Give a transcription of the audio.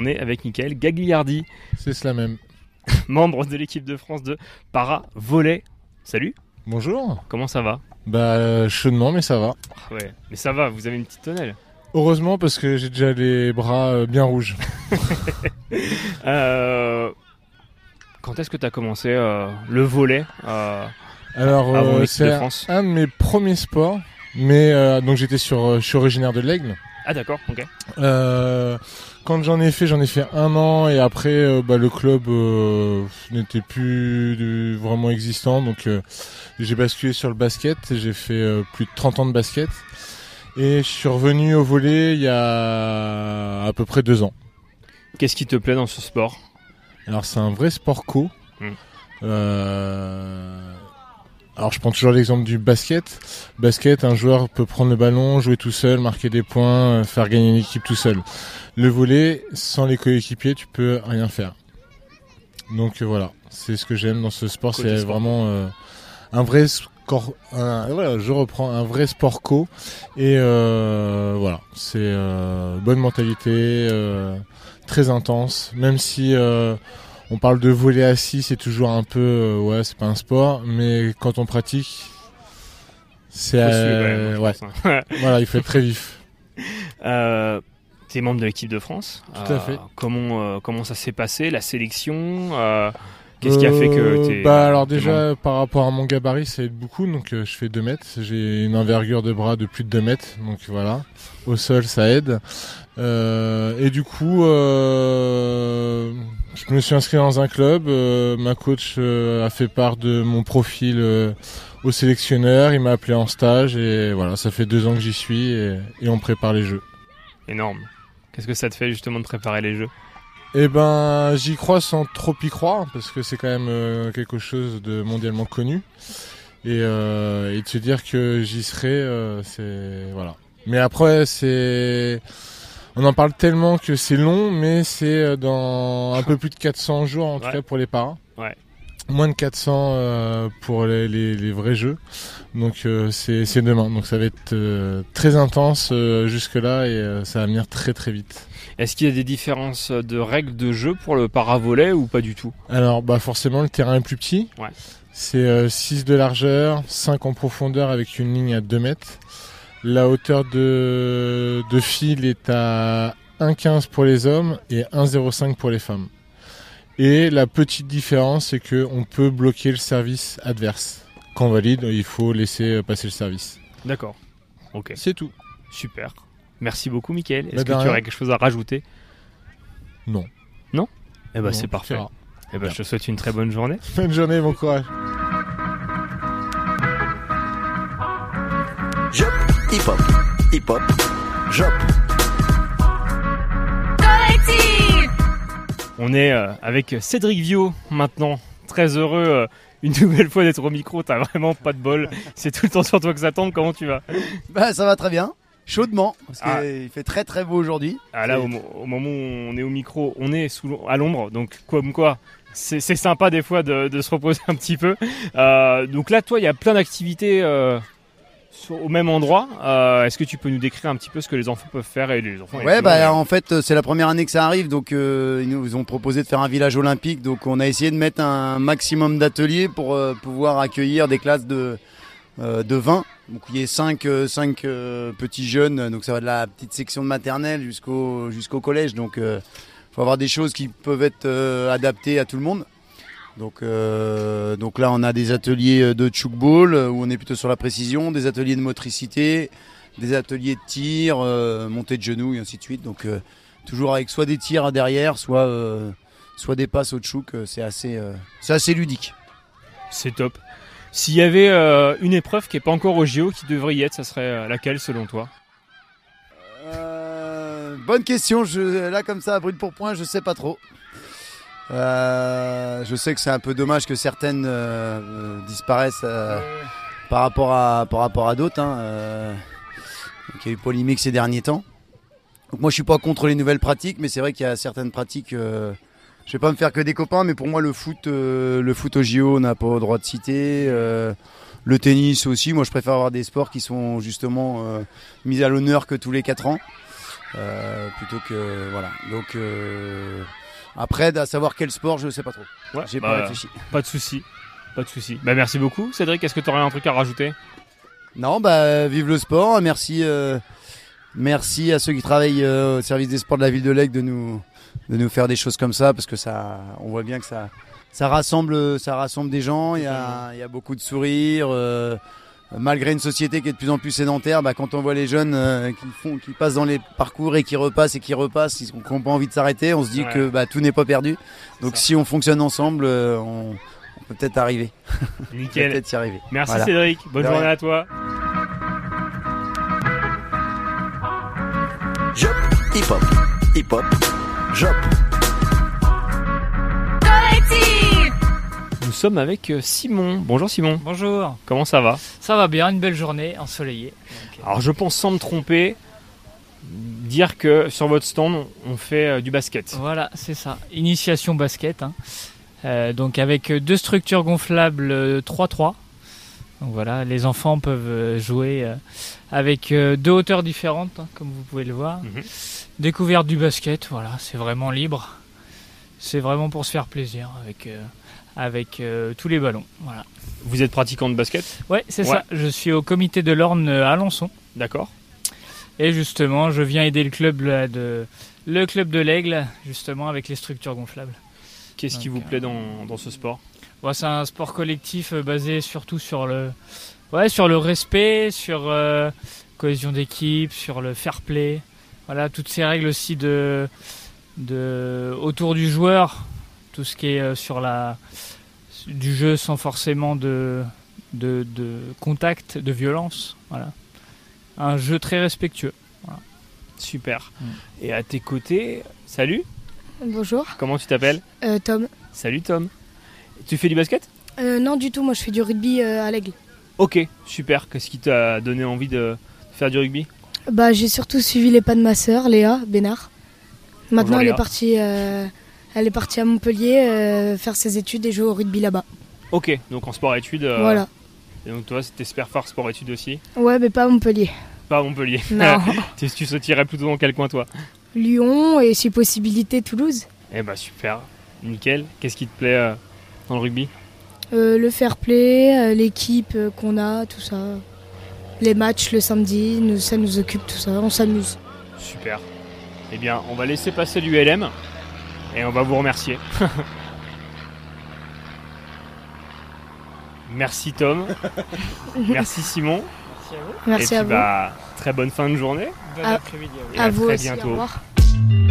est avec Mickaël Gagliardi. C'est cela même. Membre de l'équipe de France de para-volley. Salut. Bonjour. Comment ça va ? Chaudement, mais ça va. Ouais, mais ça va, vous avez une petite tonnelle. Heureusement, parce que j'ai déjà les bras bien rouges. Quand est-ce que tu as commencé le volley Alors, c'est France un de mes premiers sports. Mais donc je suis originaire de l'Aigle. Ah d'accord, ok. Quand j'en ai fait 1 an et après le club n'était plus vraiment existant, donc j'ai basculé sur le basket. J'ai fait plus de 30 ans de basket et je suis revenu au volley il y a à peu près 2 ans. Qu'est-ce qui te plaît dans ce sport ? Alors c'est un vrai sport co. Alors je prends toujours l'exemple du basket. Basket, un joueur peut prendre le ballon, jouer tout seul, marquer des points, faire gagner une équipe tout seul. Le volley, sans les coéquipiers, tu peux rien faire. Donc voilà, c'est ce que j'aime dans ce sport. C'est vraiment un vrai sport. Je reprends un vrai sport co. Et voilà, c'est bonne mentalité, très intense. Même si on parle de volley assis, c'est toujours un peu c'est pas un sport, mais quand on pratique, c'est voilà, il faut être très vif. T'es membre de l'équipe de France. Tout à fait. Comment ça s'est passé, la sélection qu'est-ce qui a fait que t'es alors déjà par rapport à mon gabarit, ça aide beaucoup. Donc je fais 2 mètres, j'ai une envergure de bras de plus de 2 mètres, donc voilà. Au sol, ça aide. Et du coup, je me suis inscrit dans un club. Ma coach a fait part de mon profil au sélectionneur. Il m'a appelé en stage et voilà, ça fait 2 ans que j'y suis et on prépare les Jeux. Énorme. Qu'est-ce que ça te fait justement de préparer les Jeux ? Eh j'y crois sans trop y croire parce que c'est quand même quelque chose de mondialement connu et de se dire que j'y serai, c'est voilà. Mais après, on en parle tellement que c'est long, mais c'est dans un peu plus de 400 jours en tout cas pour les paras. Ouais. Moins de 400 pour les vrais jeux. Donc c'est demain. Donc ça va être très intense jusque-là et ça va venir très très vite. Est-ce qu'il y a des différences de règles de jeu pour le para-volley ou pas du tout ? Alors forcément le terrain est plus petit. Ouais. C'est 6 de largeur, 5 en profondeur avec une ligne à 2 mètres. La hauteur de fil est à 1,15 pour les hommes et 1,05 pour les femmes. Et la petite différence, c'est qu'on peut bloquer le service adverse. Quand on valide, il faut laisser passer le service. D'accord. Ok. C'est tout. Super. Merci beaucoup, Mickaël. Est-ce que tu rien. aurais quelque chose à rajouter ? Non. Non ? Non, c'est parfait. Bien. Je te souhaite une très bonne journée. Bonne journée, bon courage. Jop, hip-hop, hip-hop, jop. On est avec Cédric Viau maintenant, très heureux une nouvelle fois d'être au micro, t'as vraiment pas de bol, c'est tout le temps sur toi que ça tombe, comment tu vas ? Ça va très bien, chaudement, parce qu'il fait très très beau aujourd'hui. Là au moment où on est au micro, on est à l'ombre, donc comme quoi c'est sympa des fois de se reposer un petit peu. Donc là toi il y a plein d'activités au même endroit, est-ce que tu peux nous décrire un petit peu ce que les enfants peuvent faire et les enfants en fait c'est la première année que ça arrive, donc ils nous ont proposé de faire un village olympique, donc on a essayé de mettre un maximum d'ateliers pour pouvoir accueillir des classes de 20, donc il y a 5 petits jeunes, donc ça va de la petite section de maternelle jusqu'au collège, donc faut avoir des choses qui peuvent être adaptées à tout le monde. Donc là on a des ateliers de tchoukball où on est plutôt sur la précision, des ateliers de motricité, des ateliers de tir, montée de genoux et ainsi de suite. Donc toujours avec soit des tirs derrière, soit des passes au tchouk, c'est assez ludique. C'est top. S'il y avait une épreuve qui n'est pas encore au JO qui devrait y être, ça serait laquelle selon toi ? Bonne question, là comme ça à brûle pour point, je sais pas trop. Je sais que c'est un peu dommage que certaines disparaissent par rapport à d'autres. Donc, il y a eu polémique ces derniers temps. Donc moi je suis pas contre les nouvelles pratiques, mais c'est vrai qu'il y a certaines pratiques. Je vais pas me faire que des copains, mais pour moi le foot au JO n'a pas le droit de citer. Le tennis aussi. Moi je préfère avoir des sports qui sont justement mis à l'honneur que tous les 4 ans. plutôt que voilà. Donc après, à savoir quel sport, je sais pas trop. Ouais, J'ai pas réfléchi. Pas de souci. Bah merci beaucoup, Cédric. Est-ce que tu aurais un truc à rajouter? Non, vive le sport. Merci à ceux qui travaillent au service des sports de la ville de Lège de nous faire des choses comme ça, parce que on voit bien que ça rassemble des gens. Il y a beaucoup de sourires. Malgré une société qui est de plus en plus sédentaire, quand on voit les jeunes qui passent dans les parcours et qui repassent, ils n'ont pas envie de s'arrêter, on se dit que tout n'est pas perdu. Donc si on fonctionne ensemble, on peut peut-être arriver. Nickel. Peut-être y arriver. Merci Cédric. Bonne journée à toi. Jop, hip-hop, hip-hop, Jop. Nous sommes avec Simon. Bonjour Simon. Bonjour. Comment ça va? Ça va bien, une belle journée ensoleillée. Alors je pense sans me tromper, dire que sur votre stand on fait du basket. Voilà, c'est ça. Initiation basket. Donc avec 2 structures gonflables 3-3. Donc voilà, les enfants peuvent jouer avec 2 hauteurs différentes, comme vous pouvez le voir. Découverte du basket, voilà, c'est vraiment libre. C'est vraiment pour se faire plaisir avec tous les ballons. Voilà. Vous êtes pratiquant de basket? Ouais, c'est ça. Je suis au comité de l'Orne à Alençon. D'accord. Et justement, je viens aider le club de l'Aigle, justement, avec les structures gonflables. Qu'est-ce qui vous plaît dans ce sport? C'est un sport collectif basé surtout sur le respect, sur cohésion d'équipe, sur le fair play. Voilà, toutes ces règles aussi autour du joueur, tout ce qui est du jeu sans forcément de contact, de violence. Voilà. Un jeu très respectueux. Voilà. Super. Et à tes côtés, salut. Bonjour. Comment tu t'appelles? Tom. Salut Tom. Tu fais du basket? Non du tout, moi je fais du rugby à l'Aigle. Ok, super. Qu'est-ce qui t'a donné envie de faire du rugby? J'ai surtout suivi les pas de ma sœur, Léa Bénard. Maintenant Bonjour, elle est partie à Montpellier faire ses études et jouer au rugby là-bas. Ok, donc en sport-études. Voilà. Et donc toi, t'espères faire sport-études aussi? Ouais, mais pas à Montpellier. Pas à Montpellier. Non. Tu sautirais plutôt dans quel coin toi? Lyon et si possibilité Toulouse. Eh bah super, nickel. Qu'est-ce qui te plaît dans le rugby? Le fair play, l'équipe qu'on a, tout ça. Les matchs le samedi, ça nous occupe tout ça, on s'amuse. Super. Eh bien, on va laisser passer l'ULM et on va vous remercier. Merci Tom. Merci Simon. Merci à vous. Merci et puis, à vous. très bonne fin de journée. Bon après-midi à vous. Et À vous très aussi, bientôt. au revoir.